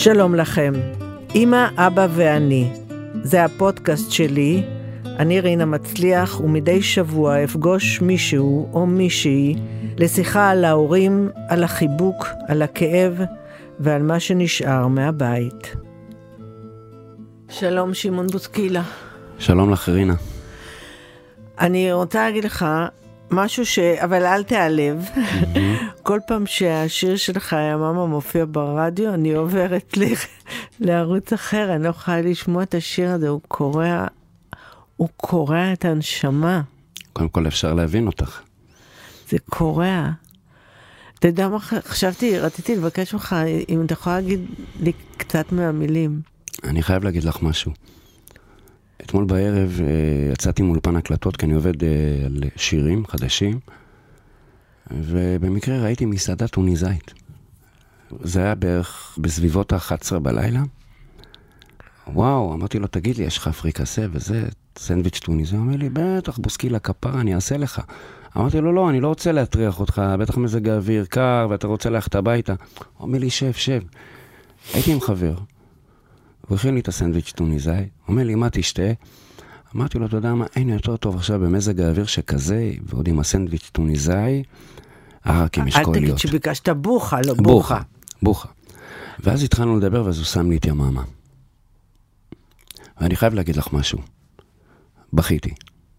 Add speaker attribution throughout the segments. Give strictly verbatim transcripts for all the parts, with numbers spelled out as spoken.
Speaker 1: שלום לכם, אמא, אבא ואני. זה הפודקאסט שלי, אני רינה מצליח, ומדי שבוע אפגוש מישהו או מישהי לשיחה על ההורים, על החיבוק, על הכאב ועל מה שנשאר מהבית. שלום שמעון בוסקילה.
Speaker 2: שלום לך רינה.
Speaker 1: אני רוצה להגיד לך משהו ש... אבל אל תיעלב. Mm-hmm. כל פעם שהשיר שלך יממה מופיע ברדיו, אני עוברת ל... לערוץ אחר, אני לא יכולה לשמוע את השיר הזה, הוא קורע, הוא קורע את הנשמה.
Speaker 2: קודם כל אפשר להבין אותך.
Speaker 1: זה קורע. אתה יודע מה, חשבתי, רציתי לבקש ממך, אם אתה יכול להגיד לי קצת מהמילים.
Speaker 2: אני חייב להגיד לך משהו. אתמול בערב יצאתי מאולפן הקלטות, כי אני עובד על שירים חדשים, ובמקרה ראיתי מסעדה טוניסאית. זה היה בערך בסביבות ה-אחת עשרה בלילה. וואו, אמרתי לו, תגיד לי, יש לך אפריקסה וזה, סנדוויץ' טוניסאי? הוא אומר לי, בטח, בוסקילה כפרה, אני אעשה לך. אמרתי לו, לא, אני לא רוצה להטריח אותך, בטח מזג האוויר קר, ואתה רוצה ללכת הביתה. הוא אומר לי, שב, שב. הייתי עם חבר. הוא הכין לי את הסנדוויץ' טוניסאי, הוא אומר לי, מה תשתה? אמרתי לו, אתה יודע מה, אין יותר טוב עכשיו במזג האוויר שכזה, ועוד עם הסנדוויץ' טוניסאי, רק עם אשכוליות.
Speaker 1: אל תגיד שביקשת בוחה, לא בוחה.
Speaker 2: בוחה, בוחה. ואז התחלנו לדבר, ואז הוא שם לי את יממה. ואני חייב להגיד לך משהו. בכיתי.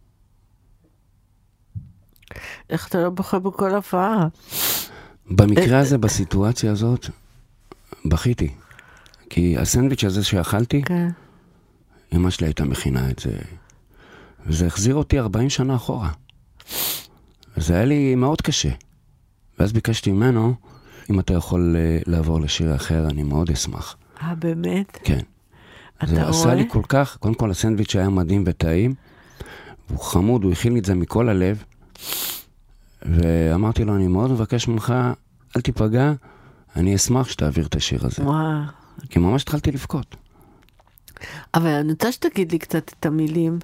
Speaker 1: איך אתה לא בוכה בכל הפעה?
Speaker 2: במקרה הזה, בסיטואציה הזאת, בכיתי. כי הסנדוויץ' הזה שאכלתי,
Speaker 1: כן.
Speaker 2: אמא שלי הייתה מכינה את זה, וזה החזיר אותי ארבעים שנה אחורה. וזה היה לי מאוד קשה. ואז ביקשתי ממנו, אם אתה יכול לעבור לשיר אחר, אני מאוד אשמח.
Speaker 1: אה, באמת?
Speaker 2: כן. זה
Speaker 1: רואה?
Speaker 2: עשה לי כל כך, קודם כל הסנדוויץ' היה מדהים וטעים, הוא חמוד, הוא הכין לי את זה מכל הלב, ואמרתי לו, אני מאוד מבקש ממך, אל תיפגע, אני אשמח שתעביר את השיר הזה.
Speaker 1: וואו.
Speaker 2: כי ממש התחלתי לבכות.
Speaker 1: אבל אני רוצה שתגיד לי קצת את המילים.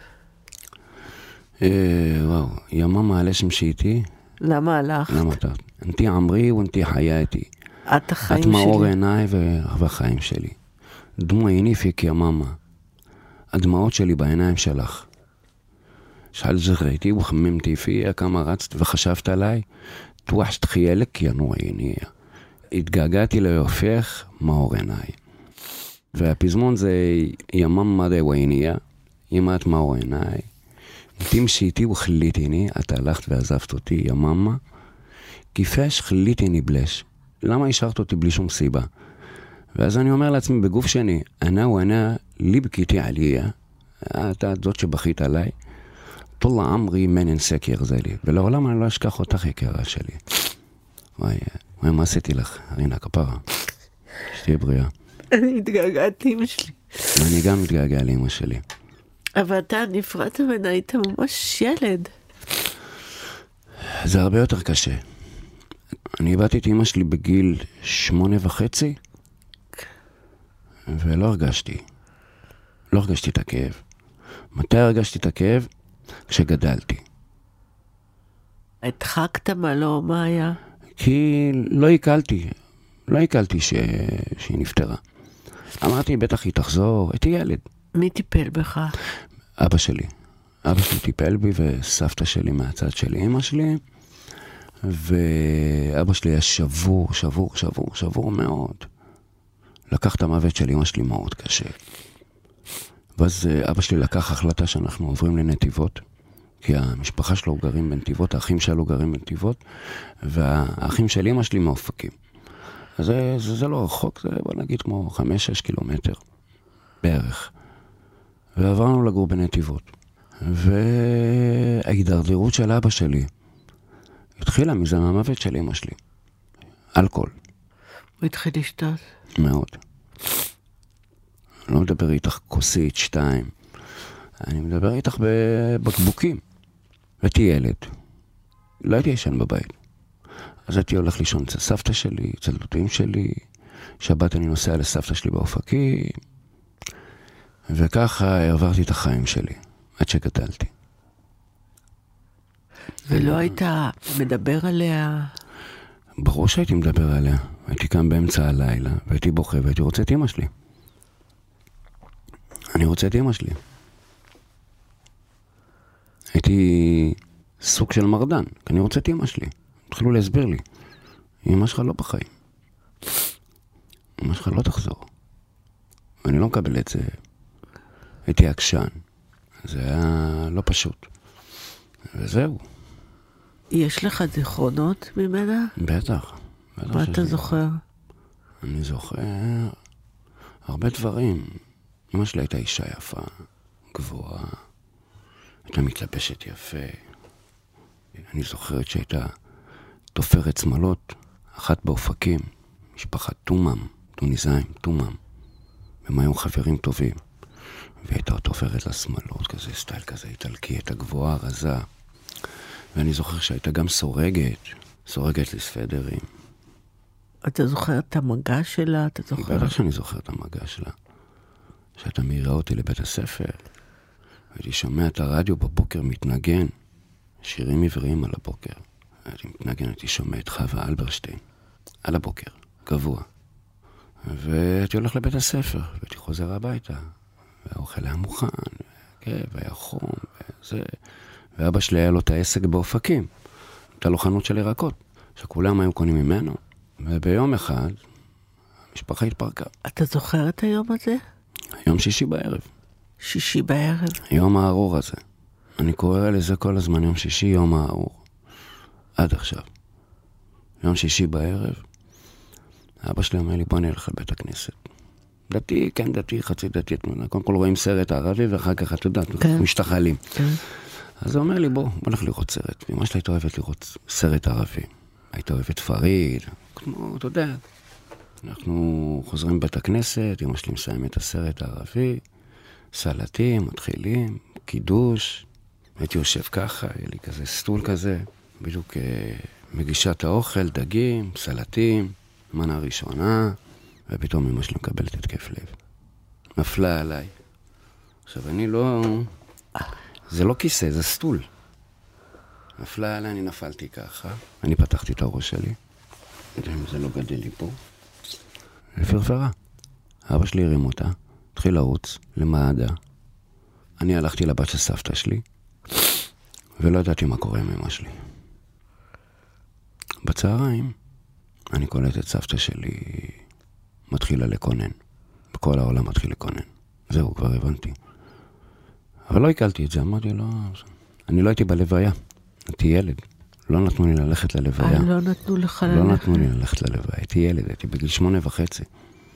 Speaker 2: אה, וואו, יממה על השם שאיתי.
Speaker 1: למה הלכת?
Speaker 2: למה אתה? אנתי עמרי ואנתי חייתי.
Speaker 1: את החיים שלי.
Speaker 2: את מאור עיניי והחיים שלי. דמו עיני פיק יממה. הדמעות שלי בעיניים שלך. שאל זכרתי וחממתי פיה כמה רצת וחשבת עליי. תוח שתחיילק ינור עיני. התגעגעתי ליופך מאור עיניי. והפזמון זה יממה די ועיניה. אמא את מאור עיניי. תמשייתי וחליתיני, את הלכת ועזבת אותי, יממה. כיפש חליתיני בלש. למה השארת אותי בלי שום סיבה? ואז אני אומר לעצמי בגוף שני, אני ואני ליבקיתי עליה, אתה זאת שבכית עליי, תולה עמרי מנן סקר זה לי, ולעולם אני לא אשכח אותך יקרה שלי. וואי, וואי, מה עשיתי לך, רינה כפרה? שתהיה בריאה.
Speaker 1: אני התגעגעתי אמא שלי.
Speaker 2: ואני גם מתגעגע לאמא שלי.
Speaker 1: אבל אתה נפרדת ממנה, היית ממש ילד.
Speaker 2: זה הרבה יותר קשה. אני איבדתי את אמא שלי בגיל שמונה וחצי, ולא הרגשתי. לא הרגשתי את הכאב. מתי הרגשתי את הכאב? כשגדלתי.
Speaker 1: הדחקת מה לא, מה היה?
Speaker 2: כי לא עיכלתי. לא עיכלתי ש... שהיא נפטרה. אמרתי, בטח היא תחזור, הייתי ילד.
Speaker 1: מי טיפל בך?
Speaker 2: אבא שלי. אבא שלי טיפל בי, וסבתא שלי מהצד של אמא שלי. ואבא שלי היה שבור, שבור, שבור, שבור מאוד. לקח את המוות של אמא שלי מאוד קשה. ואז אבא שלי לקח החלטה שאנחנו עוברים לנתיבות, כי המשפחה שלו גרים בנתיבות, האחים שלו גרים בנתיבות, והאחים של אמא שלי מאופקים. אז זה, זה, זה לא רחוק, זה בוא נגיד כמו חמש שש קילומטר בערך. ועברנו לגור בנתיבות. וההידרדרות של אבא שלי התחילה מזה מהמוות של אמא שלי. אלכוהול.
Speaker 1: הוא התחיל לשתות?
Speaker 2: מאוד. אני לא מדבר איתך כוסית, שתיים. אני מדבר איתך בבקבוקים. הייתי ילד. לא הייתי ישן בבית. אז הייתי הולך לישון אצל סבתא שלי, אצל דודים שלי. שבת אני נוסע לסבתא שלי באופקים. וככה העברתי את החיים שלי, עד שגדלתי.
Speaker 1: ולא היית מדבר עליה?
Speaker 2: ברור שהייתי מדבר עליה. הייתי קם באמצע הלילה, והייתי בוכה, והייתי רוצה את אמא שלי. אני רוצה את אמא שלי. הייתי סוג של מרדן, כי אני רוצה את אמא שלי. התחילו להסביר לי, אמא שלך לא בחיים. אמא שלך לא תחזור. ואני לא מקבל את זה. הייתי עקשן. זה היה לא פשוט. וזהו.
Speaker 1: יש לך זיכרונות ממנה?
Speaker 2: בטח.
Speaker 1: מה אתה זוכר?
Speaker 2: אני זוכר הרבה דברים. אמא שלי הייתה אישה יפה, גבוהה, הייתה מתלבשת יפה. אני זוכרת שהייתה תופרת שמלות, אחת באופקים, משפחת תומם, טוניסאים, תומם. הם היו חברים טובים. והייתה תופרת לשמלות, כזה סטייל כזה איטלקי, הייתה גבוהה, רזה. ואני זוכר שהייתה גם סורגת, סורגת לספדרים.
Speaker 1: אתה זוכר את המגע שלה? אתה זוכר?
Speaker 2: בטח שאני זוכר את המגע שלה. שהייתה מעירה אותי לבית הספר. הייתי שומע את הרדיו בבוקר מתנגן. שירים עבריים על הבוקר. הייתי מתנגן, הייתי שומע את חווה אלברשטיין. על הבוקר, קבוע. והייתי הולך לבית הספר, והייתי חוזר הביתה. והאוכל היה מוכן, והיה חום, וזה... ואבא שלי היה לו את העסק באופקים. הייתה לו חנות של ירקות, שכולם היו קונים ממנו. וביום אחד, המשפחה התפרקה.
Speaker 1: אתה זוכר את היום הזה?
Speaker 2: יום שישי בערב.
Speaker 1: שישי בערב?
Speaker 2: יום הארור הזה. אני קורא לזה כל הזמן יום שישי, יום הארור. עד עכשיו. יום שישי בערב, אבא שלי אומר לי, בוא נלך לבית הכנסת. דתי, כן דתי, חצי דתי. קודם כל רואים סרט ערבי, ואחר כך, אתה יודע, כן. משתחלים. כן. אז הוא אומר לי, בוא, בוא נלך לראות סרט. ואמא שלי הייתה אוהבת לראות סרט ערבי. הייתה אוהבת פריד, כמו, אתה יודע. אנחנו חוזרים בית הכנסת, אמא שלי מסיים את הסרט הערבי, סלטים, מתחילים, קידוש. הייתי יושב ככה, היה לי כזה סטול כזה, בדיוק מגישת האוכל, דגים, סלטים, מנה ראשונה, ופתאום אמא שלי מקבלת התקף לב. נפלה עליי. עכשיו, אני לא... זה לא כיסא, זה סטול. נפלה עליי, אני נפלתי ככה. אני פתחתי את הראש שלי. אם זה לא גדל לי פה. לפרפרה. אבא שלי הרים אותה, התחיל לרוץ למעדה. אני הלכתי לבת של סבתא שלי, ולא ידעתי מה קורה עם אמא שלי. בצהריים, אני קולט את סבתא שלי מתחילה לקונן. בכל העולם מתחיל לקונן. זהו, כבר הבנתי. אבל לא הקלתי את זה, אמרתי, לא... אני לא הייתי בלוויה, הייתי ילד. לא נתנו לי ללכת ללוויה.
Speaker 1: לא נתנו לך ללכת?
Speaker 2: לא נתנו לי ללכת ללוויה, הייתי ילד, הייתי בגיל שמונה וחצי.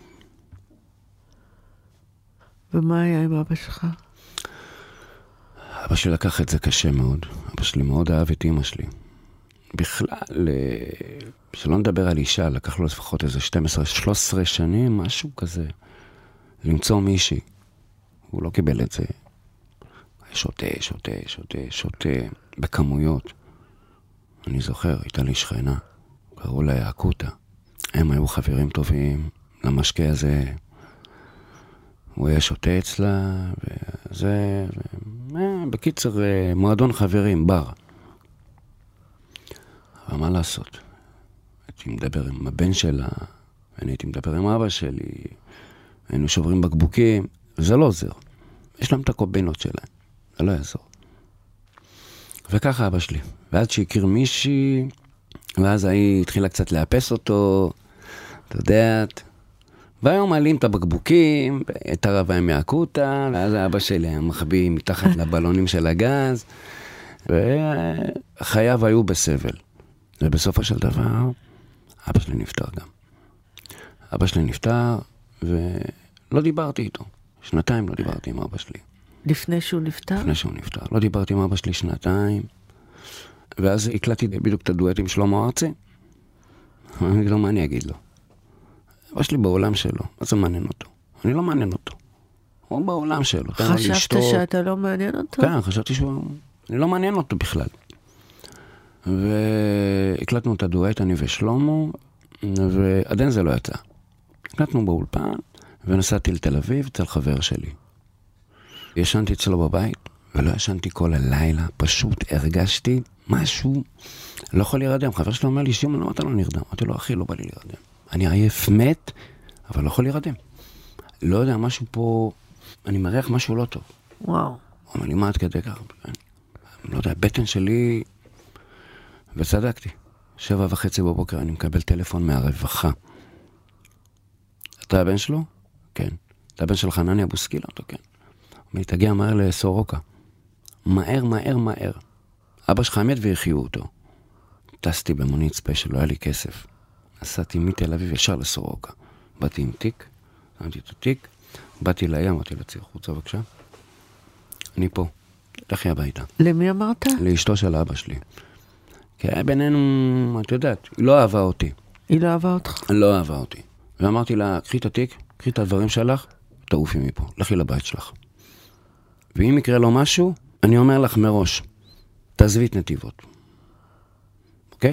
Speaker 1: ומה היה עם אבא שלך?
Speaker 2: אבא שלי לקח את זה קשה מאוד. אבא שלי מאוד אהב את אמא שלי. בכלל, שלא נדבר על אישה, לקח לו לפחות איזה שתים עשרה שלוש עשרה שנים, משהו כזה. למצוא מישהי. הוא לא קיבל את זה. שותה, שותה, שותה, שותה, בכמויות. אני זוכר, הייתה לי שכנה, קראו לה אקוטה. הם היו חברים טובים, למשקה הזה. הוא היה שותה אצלה, וזה... ו... בקיצר, מועדון חברים, בר. אבל מה לעשות? הייתי מדבר עם הבן שלה, ואני הייתי מדבר עם אבא שלי, היינו שוברים בקבוקים, זה לא עוזר. יש להם את הקובינות שלהם, זה לא יעזור. וככה אבא שלי. ואז שהכיר מישהי, ואז היא התחילה קצת לאפס אותו, אתה יודעת. והיום מעלים את הבקבוקים, את הרבה מהקוטה, ואז האבא שלי היה מחביא מתחת לבלונים של הגז, וחייו היו בסבל. ובסופו של דבר, אבא שלי נפטר גם. אבא שלי נפטר, ולא דיברתי איתו. שנתיים לא דיברתי עם אבא שלי.
Speaker 1: לפני שהוא נפטר?
Speaker 2: לפני שהוא נפטר. לא דיברתי עם אבא שלי שנתיים, ואז הקלטתי בדיוק את הדואט עם שלמה ארצי. אני אגיד לו, מה אני אגיד לו? אבא שלי בעולם שלו, מה זה מעניין אותו? אני לא מעניין אותו. הוא בעולם שלו.
Speaker 1: חשבת שאתה לא מעניין אותו?
Speaker 2: כן, חשבתי שהוא... אני לא מעניין אותו בכלל. והקלטנו את הדואט, אני ושלמה, ועדיין זה לא יצא. הקלטנו באולפן, ונסעתי לתל אביב אצל חבר שלי. ישנתי אצלו בבית, ולא ישנתי כל הלילה, פשוט הרגשתי משהו, לא יכול להירדם. חבר שלי אומר לי, שיום, למה אתה לא נרדם? אמרתי לו, אחי, לא בא לי להירדם. אני עייף מת, אבל לא יכול להירדם. לא יודע, משהו פה, אני מריח משהו לא טוב.
Speaker 1: וואו.
Speaker 2: הוא אומר לי, מה עד כדי כך? אני לא יודע, הבטן שלי, וצדקתי. שבע וחצי בבוקר אני מקבל טלפון מהרווחה. אתה הבן שלו? כן. אתה הבן של חנניה בוסקילה? אותו כן. הוא תגיע מהר לסורוקה. מהר, מהר, מהר. אבא שלך מת והחיו אותו. טסתי במונית ספיישל, לא היה לי כסף. נסעתי מתל אביב ישר לסורוקה. באתי עם תיק, שמתי את התיק, באתי לים, אמרתי לציר חוצה בבקשה. אני פה, לכי הביתה.
Speaker 1: למי אמרת?
Speaker 2: לאשתו של אבא שלי. כי היה בינינו, את יודעת, היא לא אהבה אותי.
Speaker 1: היא לא אהבה אותך?
Speaker 2: לא אהבה אותי. ואמרתי לה, קחי את התיק, קחי את הדברים שלך, תעופי מפה, לכי לבית שלך. ואם יקרה לו משהו, אני אומר לך מראש, תעזבי את נתיבות. אוקיי?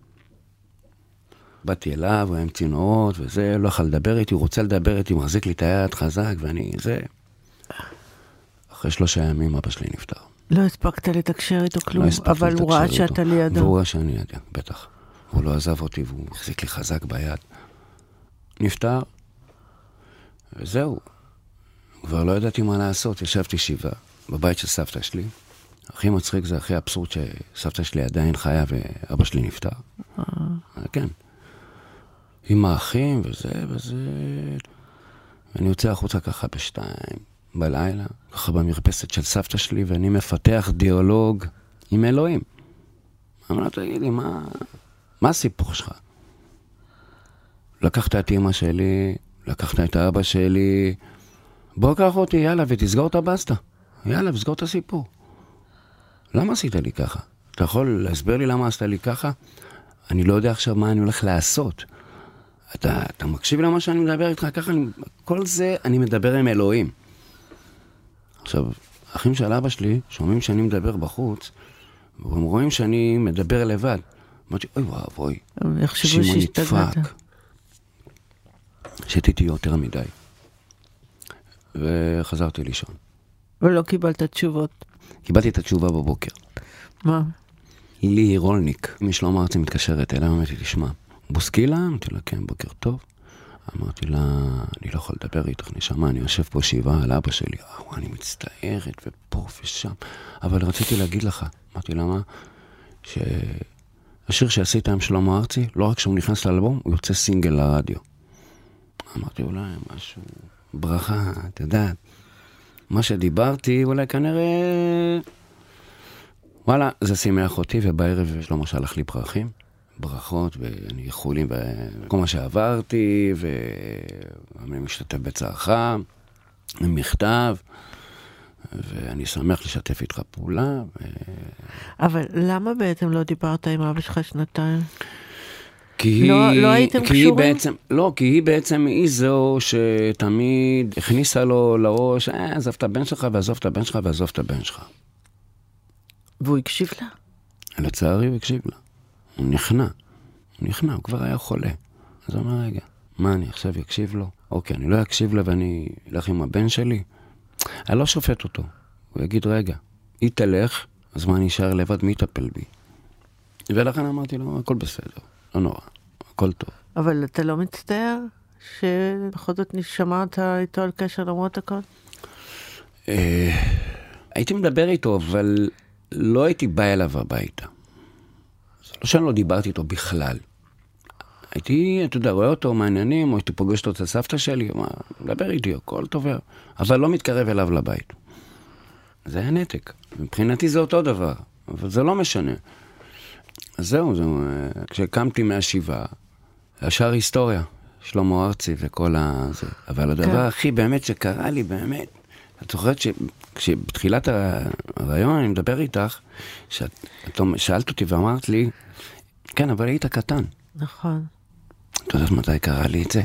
Speaker 2: באתי אליו, הוא היה עם צינורות וזה, לא יכול לדבר איתי, הוא רוצה לדבר איתי, הוא מחזיק לי את היד חזק, ואני, זה... אחרי שלושה ימים אבא שלי נפטר.
Speaker 1: לא הספקת לתקשר איתו כלום, אבל הוא ראה שאתה לידו.
Speaker 2: והוא ראה שאני לידו, בטח. הוא לא עזב אותי, והוא מחזיק לי חזק ביד. נפטר, וזהו. כבר לא ידעתי מה לעשות, ישבתי שבעה, בבית של סבתא שלי. הכי מצחיק זה הכי אבסורד שסבתא שלי עדיין חיה ואבא שלי נפטר. כן. עם האחים וזה וזה. ואני יוצא החוצה ככה בשתיים בלילה, ככה במרפסת של סבתא שלי, ואני מפתח דיאלוג עם אלוהים. אמרה, תגיד לי, מה, מה הסיפור שלך? לקחת את אמא שלי, לקחת את האבא שלי, בוא קח אותי, יאללה, ותסגור את הבסטה. יאללה, וסגור את הסיפור. למה עשית לי ככה? אתה יכול להסביר לי למה עשית לי ככה? אני לא יודע עכשיו מה אני הולך לעשות. אתה, אתה מקשיב למה שאני מדבר איתך ככה? אני, כל זה אני מדבר עם אלוהים. עכשיו, האחים של אבא שלי שומעים שאני מדבר בחוץ, והם רואים שאני מדבר לבד. אמרתי, אוי ואבוי,
Speaker 1: שמעון נדפק.
Speaker 2: שתיתי יותר מדי. וחזרתי לישון.
Speaker 1: ולא קיבלת תשובות?
Speaker 2: קיבלתי את התשובה בבוקר.
Speaker 1: מה?
Speaker 2: לי רולניק, משלום ארצי מתקשרת אליי, אמרתי, תשמע, בוסקילה? אמרתי לה, כן, בוקר טוב. אמרתי לה, אני לא יכול לדבר איתך, נשמה, אני יושב פה שבעה על אבא שלי. אה, אני מצטערת, ופה ושם. אבל רציתי להגיד לך, אמרתי לה, מה? שהשיר שעשית עם שלמה ארצי, לא רק שהוא נכנס לאלבום, הוא יוצא סינגל לרדיו. אמרתי, אולי משהו, ברכה, אתה יודעת. מה שדיברתי, אולי כנראה... וואלה, זה שימח אותי, ובערב שלמה שלח לי פרחים, ברכות, ואני יכולים וכל מה שעברתי, ואני משתתף בצערך, מכתב, ואני שמח לשתף איתך פעולה. ו...
Speaker 1: אבל למה בעצם לא דיברת עם אבא שלך שנתיים?
Speaker 2: כי
Speaker 1: לא, לא הייתם
Speaker 2: כי
Speaker 1: קשורים?
Speaker 2: בעצם, לא, כי היא בעצם היא זו שתמיד הכניסה לו לראש, אה, עזוב את הבן שלך, ועזוב את הבן שלך, ועזוב את הבן שלך.
Speaker 1: והוא הקשיב לה?
Speaker 2: לצערי הוא הקשיב לה. הוא נכנע. הוא נכנע, הוא כבר היה חולה. אז הוא אומר, רגע, מה אני עכשיו אקשיב לו? אוקיי, אני לא אקשיב לה ואני אלך עם הבן שלי. אני לא שופט אותו. הוא יגיד, רגע, היא תלך, אז מה אני אשאר לבד, מי יטפל בי? ולכן אמרתי לו, הכל בסדר, לא נורא, הכל טוב.
Speaker 1: אבל אתה לא מצטער שבכל זאת נשמעת איתו על קשר למרות הכל?
Speaker 2: הייתי מדבר איתו, אבל לא הייתי בא אליו הביתה. לא שאני לא דיברתי איתו בכלל. הייתי, אתה יודע, רואה אותו מעניינים, או הייתי פוגש אותו את הסבתא שלי, מה, מדבר איתי, הכל טוב, אבל לא מתקרב אליו לבית. זה היה נתק. מבחינתי זה אותו דבר, אבל זה לא משנה. אז זהו, זהו, כשקמתי מהשבעה, ישר היסטוריה, שלמה ארצי וכל הזה. אבל הדבר הכי באמת שקרה לי, באמת, את זוכרת שבתחילת הרעיון אני מדבר איתך, שאת שאלת אותי ואמרת לי, כן, אבל היית קטן.
Speaker 1: נכון.
Speaker 2: אתה יודעת מתי קרה לי את זה?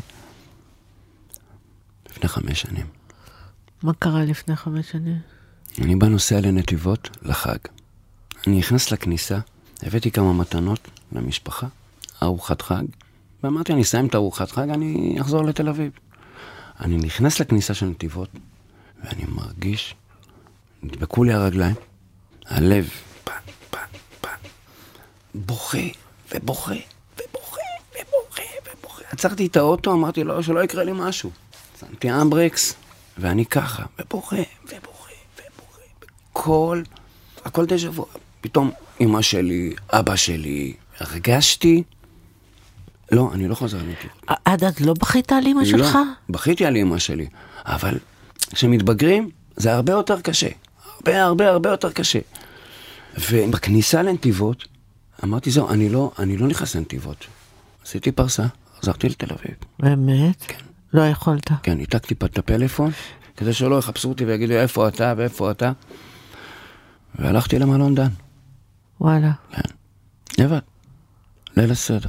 Speaker 2: לפני חמש שנים.
Speaker 1: מה קרה לפני חמש שנים?
Speaker 2: אני בא נוסע לנתיבות לחג. אני נכנס לכניסה, הבאתי כמה מתנות למשפחה, ארוחת חג, ואמרתי, אני אסיים את ארוחת חג, אני אחזור לתל אביב. אני נכנס לכניסה של נתיבות, ואני מרגיש נדבקו לי הרגליים, הלב, פע, פע, פע, בוכה, ובוכה, ובוכה, ובוכה, ובוכה. עצרתי את האוטו, אמרתי לו, שלא יקרה לי משהו. שמתי אמברקס, ואני ככה, ובוכה, ובוכה, ובוכה. כל, הכל די שבוע. פתאום אמא שלי, אבא שלי, הרגשתי, לא, אני לא חוזר לנתיבות.
Speaker 1: עד אז לא בכית על אמא שלך?
Speaker 2: לא, בכיתי על אמא שלי, אבל כשמתבגרים, זה הרבה יותר קשה. הרבה, הרבה, הרבה יותר קשה. ובכניסה לנתיבות, אמרתי, זהו, אני לא, אני לא נכנס לנתיבות. עשיתי פרסה, חזרתי לתל אביב.
Speaker 1: באמת?
Speaker 2: כן.
Speaker 1: לא יכולת?
Speaker 2: כן, ניתקתי את הפלאפון, כדי שלא יחפשו אותי ויגידו, איפה אתה ואיפה אתה. והלכתי למלון דן.
Speaker 1: וואלה.
Speaker 2: כן. לבד. ליל הסדר.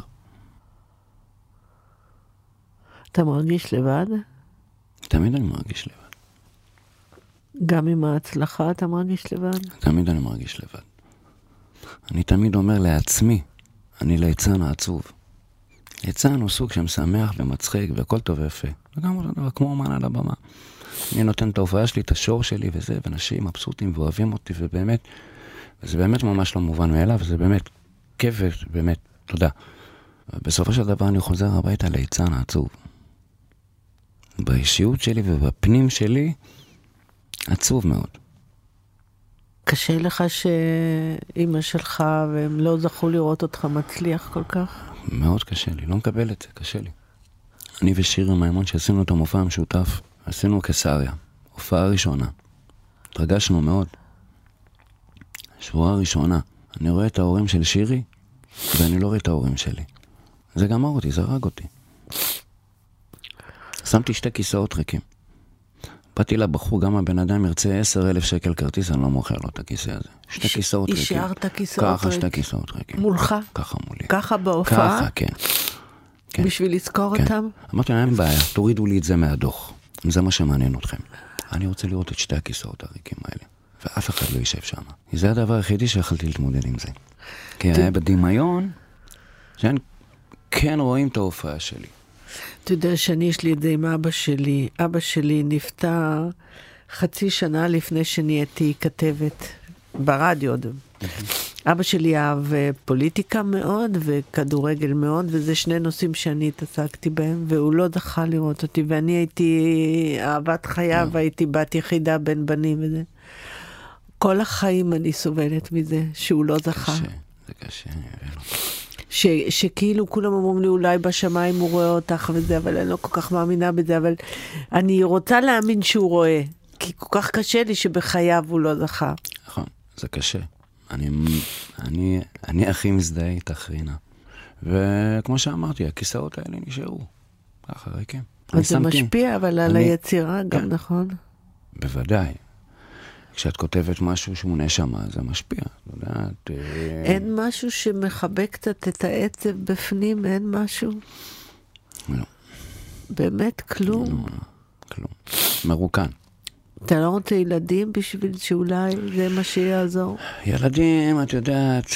Speaker 1: אתה מרגיש לבד?
Speaker 2: תמיד אני מרגיש לבד.
Speaker 1: גם עם ההצלחה אתה מרגיש לבד?
Speaker 2: תמיד אני מרגיש לבד. אני תמיד אומר לעצמי, אני ליצן העצוב. ליצן הוא סוג שמשמח ומצחיק והכל טוב ויפה. וגם אותו דבר, כמו אומן על הבמה. אני נותן את ההופעה שלי, את השור שלי וזה, ואנשים מבסוטים ואוהבים אותי, ובאמת, וזה באמת ממש לא מובן מאליו, וזה באמת כיף ובאמת, תודה. בסופו של דבר אני חוזר הביתה ליצן העצוב. באישיות שלי ובפנים שלי, עצוב מאוד.
Speaker 1: קשה לך שאימא שלך והם לא זכו לראות אותך מצליח כל כך?
Speaker 2: מאוד קשה לי, לא מקבל את זה, קשה לי. אני ושירי מימון שעשינו את המופע המשותף, עשינו קיסריה, הופעה ראשונה. התרגשנו מאוד. שורה ראשונה, אני רואה את ההורים של שירי, ואני לא רואה את ההורים שלי. זה גמר אותי, זה הרג אותי. שמתי שתי כיסאות ריקים. באתי לבחור, גם הבן אדם ירצה עשר אלף שקל כרטיס, אני לא מוכר לו את הכיסא הזה. שתי כיסאות ריקים.
Speaker 1: השארת כיסאות ריקים?
Speaker 2: ככה, שתי כיסאות ריקים.
Speaker 1: מולך?
Speaker 2: ככה מולי.
Speaker 1: ככה בהופעה?
Speaker 2: ככה, כן. כן.
Speaker 1: בשביל לזכור
Speaker 2: כן.
Speaker 1: אותם?
Speaker 2: אמרתי להם, אין בעיה, תורידו לי את זה מהדוח. זה מה שמעניין אתכם. אני רוצה לראות את שתי הכיסאות הריקים האלה. ואף אחד לא יישב שם. זה הדבר היחידי שיכולתי להתמודד עם זה. כי היה בדמיון, שאני כן רואים את ההופעה שלי.
Speaker 1: אתה יודע שאני יש לי את זה עם אבא שלי. אבא שלי נפטר חצי שנה לפני שנהייתי כתבת ברדיו. אבא שלי אהב פוליטיקה מאוד וכדורגל מאוד, וזה שני נושאים שאני התעסקתי בהם, והוא לא דחה לראות אותי, ואני הייתי אהבת חייו, הייתי בת יחידה בין בנים וזה. כל החיים אני סובלת מזה, שהוא לא זכה.
Speaker 2: קשה, זה קשה, אני מבין.
Speaker 1: ש, שכאילו כולם אומרים לי, אולי בשמיים הוא רואה אותך וזה, אבל אני לא כל כך מאמינה בזה, אבל אני רוצה להאמין שהוא רואה, כי כל כך קשה לי שבחייו הוא לא זכה.
Speaker 2: נכון, זה קשה. אני, אני, אני הכי מזדהה איתך, רינה. וכמו שאמרתי, הכיסאות האלה נשארו. ככה, ריקים.
Speaker 1: אז זה משפיע, אבל על
Speaker 2: אני,
Speaker 1: היצירה גם,
Speaker 2: כן.
Speaker 1: נכון?
Speaker 2: בוודאי. כשאת כותבת משהו שהוא נשמה, זה משפיע. יודעת,
Speaker 1: אין משהו שמחבק קצת את העצב בפנים? אין משהו?
Speaker 2: לא.
Speaker 1: באמת כלום?
Speaker 2: לא, לא, כלום. מרוקן.
Speaker 1: אתה לא רוצה ילדים בשביל שאולי זה מה שיעזור?
Speaker 2: ילדים, את יודעת,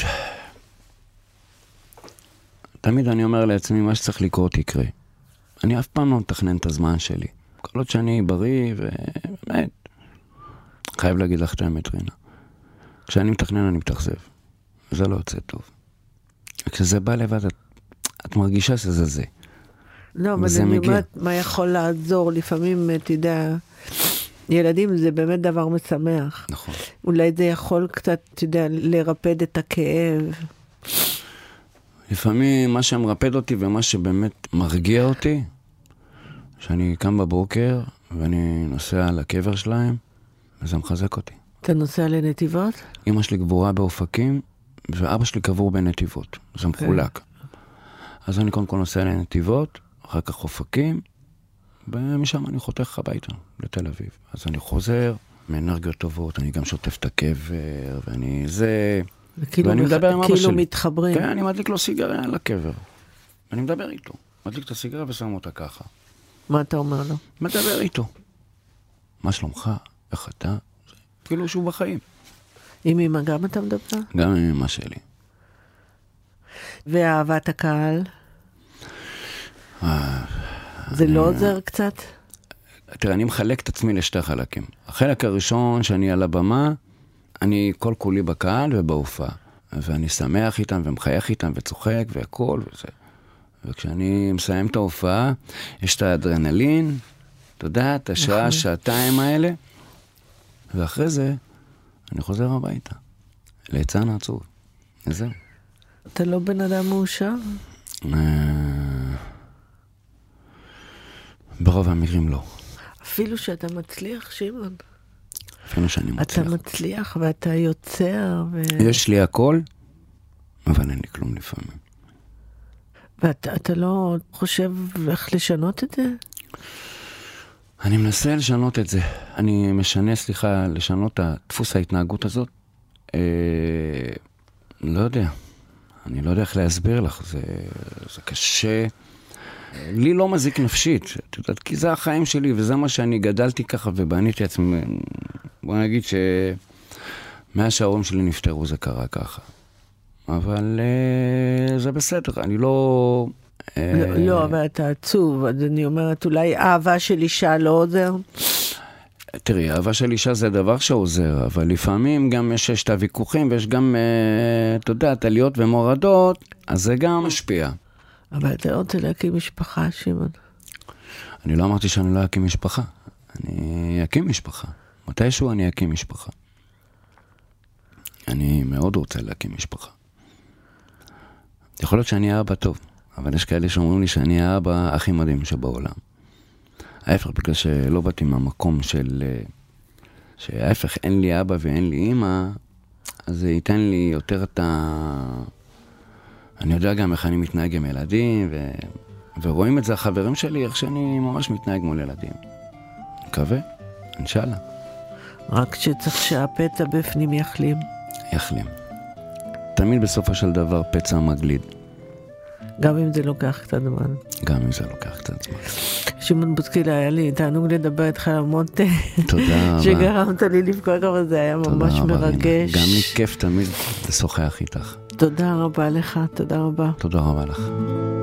Speaker 2: תמיד אני אומר לעצמי, מה שצריך לקרות יקרה. אני אף פעם לא מתכנן את הזמן שלי. כל עוד שאני בריא, ובאמת, חייב להגיד לך את האמת, רינה. כשאני מתכנן, אני מתאכזב. זה לא יוצא טוב. כשזה בא לבד, את, את מרגישה שזה זה.
Speaker 1: לא, אבל אני אומרת, מה יכול לעזור? לפעמים, אתה יודע, ילדים זה באמת דבר משמח.
Speaker 2: נכון.
Speaker 1: אולי זה יכול קצת, אתה יודע, לרפד את הכאב.
Speaker 2: לפעמים מה שמרפד אותי ומה שבאמת מרגיע אותי, שאני קם בבוקר ואני נוסע לקבר שלהם, וזה מחזק אותי.
Speaker 1: אתה נוסע לנתיבות?
Speaker 2: אמא שלי גבורה באופקים, ואבא שלי קבור בנתיבות. זה מחולק. אז אני קודם כל נוסע לנתיבות, אחר כך אופקים, ומשם אני חותך הביתה, לתל אביב. אז אני חוזר, מאנרגיות טובות, אני גם שוטף את הקבר, ואני זה... ואני מדבר עם אבא שלי.
Speaker 1: כאילו מתחברים.
Speaker 2: כן, אני מדליק לו סיגריה על הקבר. אני מדבר איתו. מדליק את הסיגריה ושם אותה ככה.
Speaker 1: מה אתה אומר לו?
Speaker 2: מדבר איתו. מה שלומך? איך אתה? כאילו שהוא בחיים.
Speaker 1: עם אמא גם אתה מדבר?
Speaker 2: גם עם אמא שלי.
Speaker 1: ואהבת הקהל? זה לא עוזר קצת?
Speaker 2: תראה, אני מחלק את עצמי לשתי חלקים. החלק הראשון, שאני על הבמה, אני כל כולי בקהל ובהופעה. ואני שמח איתם ומחייך איתם וצוחק והכל וזה. וכשאני מסיים את ההופעה, יש את האדרנלין, אתה יודע, את השעה, שעתיים האלה, ואחרי זה, אני חוזר הביתה. ליצן עצוב. וזהו.
Speaker 1: אתה לא בן אדם מאושר?
Speaker 2: ברוב המקרים לא.
Speaker 1: אפילו שאתה מצליח, שמעון.
Speaker 2: אפילו שאני מצליח.
Speaker 1: אתה מצליח ואתה יוצר. ו...
Speaker 2: יש לי הכל, אבל אין לי כלום לפעמים.
Speaker 1: ואתה אתה לא חושב איך לשנות את זה?
Speaker 2: אני מנסה לשנות את זה. אני משנה, סליחה, לשנות את דפוס ההתנהגות הזאת. אה, לא יודע. אני לא יודע איך להסביר לך. זה, זה קשה. לי לא מזיק נפשית. את יודעת, כי זה החיים שלי, וזה מה שאני גדלתי ככה, ובניתי עצמי. בוא נגיד שמאז שההורים שלי נפטרו, זה קרה ככה. אבל אה, זה בסדר. אני לא...
Speaker 1: לא, לא, אבל אתה עצוב. אני אומרת, אולי אהבה של אישה לא עוזר?
Speaker 2: תראי, אהבה של אישה זה דבר שעוזר, אבל לפעמים גם יש, יש את הוויכוחים, ויש גם, אתה יודע, עליות ומורדות, אז זה גם משפיע.
Speaker 1: אבל אתה רוצה להקים משפחה, שמעון.
Speaker 2: אני לא אמרתי שאני לא אקים משפחה. אני אקים משפחה. מתישהו אני אקים משפחה. אני מאוד רוצה להקים משפחה. יכול להיות שאני האבא טוב. אבל יש כאלה שאומרים לי שאני האבא הכי מדהים שבעולם. ההפך, בגלל שלא באתי מהמקום של... שההפך, אין לי אבא ואין לי אמא, אז זה ייתן לי יותר את ה... אני יודע גם איך אני מתנהג עם ילדים, ו... ורואים את זה החברים שלי, איך שאני ממש מתנהג מול ילדים. מקווה, אינשאללה.
Speaker 1: רק שצריך שהפצע בפנים יחלים.
Speaker 2: יחלים. תמיד בסופו של דבר פצע מגליד.
Speaker 1: גם אם זה לוקח קצת זמן.
Speaker 2: גם אם זה לוקח קצת זמן.
Speaker 1: שמעון בוסקילה, היה לי תענוג לדבר איתך למרות
Speaker 2: תודה רבה.
Speaker 1: שגרמת לי לפקוק, אבל זה היה ממש מרגש.
Speaker 2: גם לי כיף תמיד לשוחח איתך.
Speaker 1: תודה רבה לך, תודה רבה.
Speaker 2: תודה רבה לך.